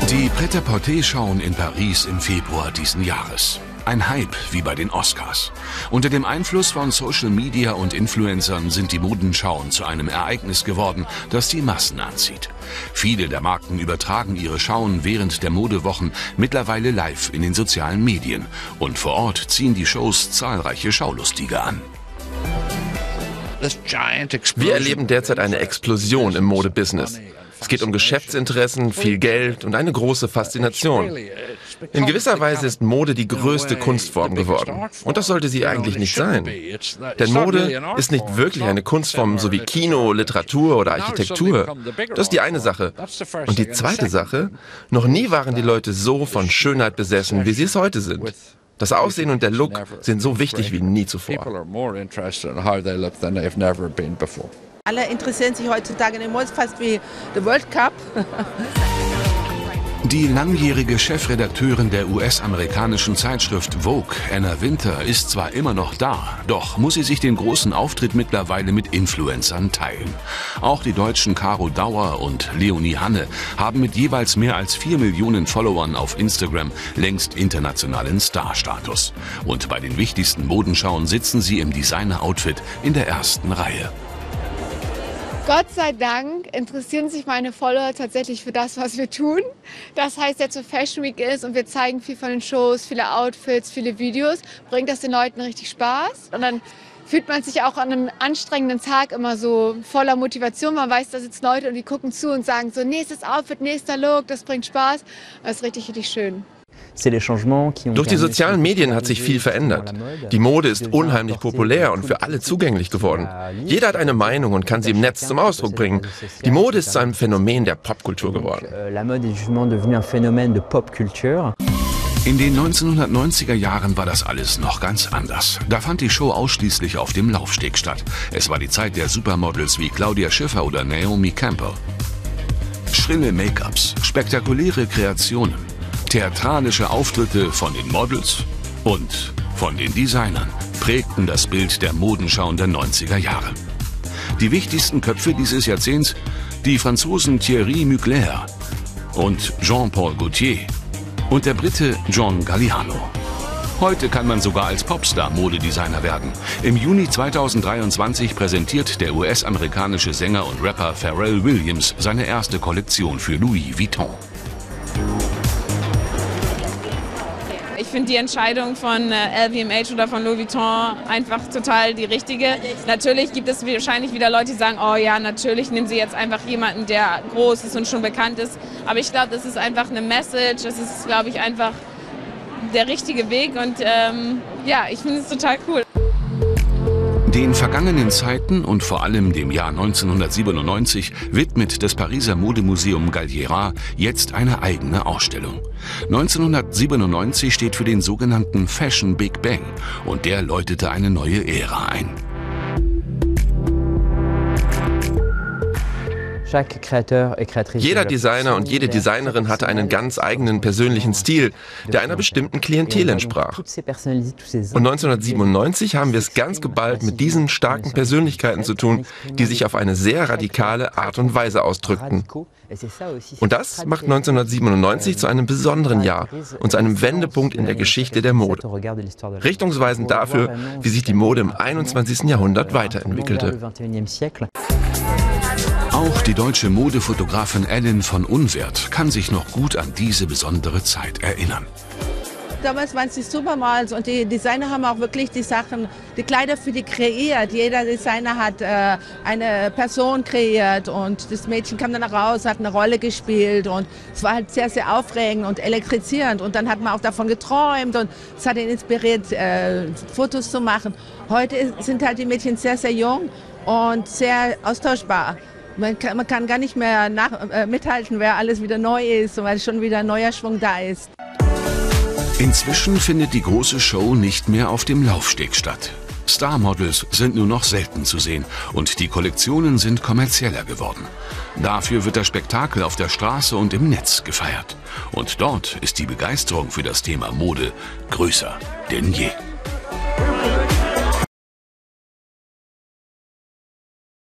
Die Pret-à-Porter-Schauen in Paris im Februar diesen Jahres. Ein Hype wie bei den Oscars. Unter dem Einfluss von Social Media und Influencern sind die Modenschauen zu einem Ereignis geworden, das die Massen anzieht. Viele der Marken übertragen ihre Schauen während der Modewochen mittlerweile live in den sozialen Medien. Und vor Ort ziehen die Shows zahlreiche Schaulustige an. Wir erleben derzeit eine Explosion im Modebusiness. Es geht um Geschäftsinteressen, viel Geld und eine große Faszination. In gewisser Weise ist Mode die größte Kunstform geworden. Und das sollte sie eigentlich nicht sein. Denn Mode ist nicht wirklich eine Kunstform, so wie Kino, Literatur oder Architektur. Das ist die eine Sache. Und die zweite Sache, noch nie waren die Leute so von Schönheit besessen, wie sie es heute sind. Das Aussehen und der Look sind so wichtig wie nie zuvor. Alle interessieren sich heutzutage in der Mode fast wie der World Cup. Die langjährige Chefredakteurin der US-amerikanischen Zeitschrift Vogue, Anna Wintour, ist zwar immer noch da, doch muss sie sich den großen Auftritt mittlerweile mit Influencern teilen. Auch die deutschen Caro Dauer und Leonie Hanne haben mit jeweils mehr als 4 Millionen Followern auf Instagram längst internationalen Star-Status. Und bei den wichtigsten Modenschauen sitzen sie im Designer-Outfit in der ersten Reihe. Gott sei Dank interessieren sich meine Follower tatsächlich für das, was wir tun. Das heißt, jetzt so Fashion Week ist und wir zeigen viel von den Shows, viele Outfits, viele Videos, bringt das den Leuten richtig Spaß. Und dann fühlt man sich auch an einem anstrengenden Tag immer so voller Motivation. Man weiß, da sitzen Leute und die gucken zu und sagen so, nächstes Outfit, nächster Look, das bringt Spaß. Das ist richtig, richtig schön. Durch die sozialen Medien hat sich viel verändert. Die Mode ist unheimlich populär und für alle zugänglich geworden. Jeder hat eine Meinung und kann sie im Netz zum Ausdruck bringen. Die Mode ist zu einem Phänomen der Popkultur geworden. In den 1990er Jahren war das alles noch ganz anders. Da fand die Show ausschließlich auf dem Laufsteg statt. Es war die Zeit der Supermodels wie Claudia Schiffer oder Naomi Campbell. Schrille Make-ups, spektakuläre Kreationen, theatralische Auftritte von den Models und von den Designern prägten das Bild der Modenschauen der 90er Jahre. Die wichtigsten Köpfe dieses Jahrzehnts, die Franzosen Thierry Mugler und Jean-Paul Gaultier und der Brite John Galliano. Heute kann man sogar als Popstar Modedesigner werden. Im Juni 2023 präsentiert der US-amerikanische Sänger und Rapper Pharrell Williams seine erste Kollektion für Louis Vuitton. Ich finde die Entscheidung von LVMH oder von Louis Vuitton einfach total die richtige. Natürlich gibt es wahrscheinlich wieder Leute, die sagen, oh ja, natürlich nehmen sie jetzt einfach jemanden, der groß ist und schon bekannt ist. Aber ich glaube, das ist einfach eine Message, das ist, glaube ich, einfach der richtige Weg und ja, ich finde es total cool. Den vergangenen Zeiten und vor allem dem Jahr 1997 widmet das Pariser Modemuseum Galliera jetzt eine eigene Ausstellung. 1997 steht für den sogenannten Fashion Big Bang und der läutete eine neue Ära ein. Jeder Designer und jede Designerin hatte einen ganz eigenen persönlichen Stil, der einer bestimmten Klientel entsprach. Und 1997 haben wir es ganz geballt mit diesen starken Persönlichkeiten zu tun, die sich auf eine sehr radikale Art und Weise ausdrückten. Und das macht 1997 zu einem besonderen Jahr und zu einem Wendepunkt in der Geschichte der Mode. Richtungsweisend dafür, wie sich die Mode im 21. Jahrhundert weiterentwickelte. Auch die deutsche Modefotografin Ellen von Unwert kann sich noch gut an diese besondere Zeit erinnern. Damals waren es die Supermodels und die Designer haben auch wirklich die Sachen, die Kleider für die kreiert. Jeder Designer hat eine Person kreiert und das Mädchen kam dann raus, hat eine Rolle gespielt und es war halt sehr, sehr aufregend und elektrisierend und dann hat man auch davon geträumt und es hat ihn inspiriert, Fotos zu machen. Heute sind halt die Mädchen sehr, sehr jung und sehr austauschbar. Man kann gar nicht mehr mithalten, wer alles wieder neu ist, weil schon wieder ein neuer Schwung da ist. Inzwischen findet die große Show nicht mehr auf dem Laufsteg statt. Starmodels sind nur noch selten zu sehen und die Kollektionen sind kommerzieller geworden. Dafür wird das Spektakel auf der Straße und im Netz gefeiert. Und dort ist die Begeisterung für das Thema Mode größer denn je.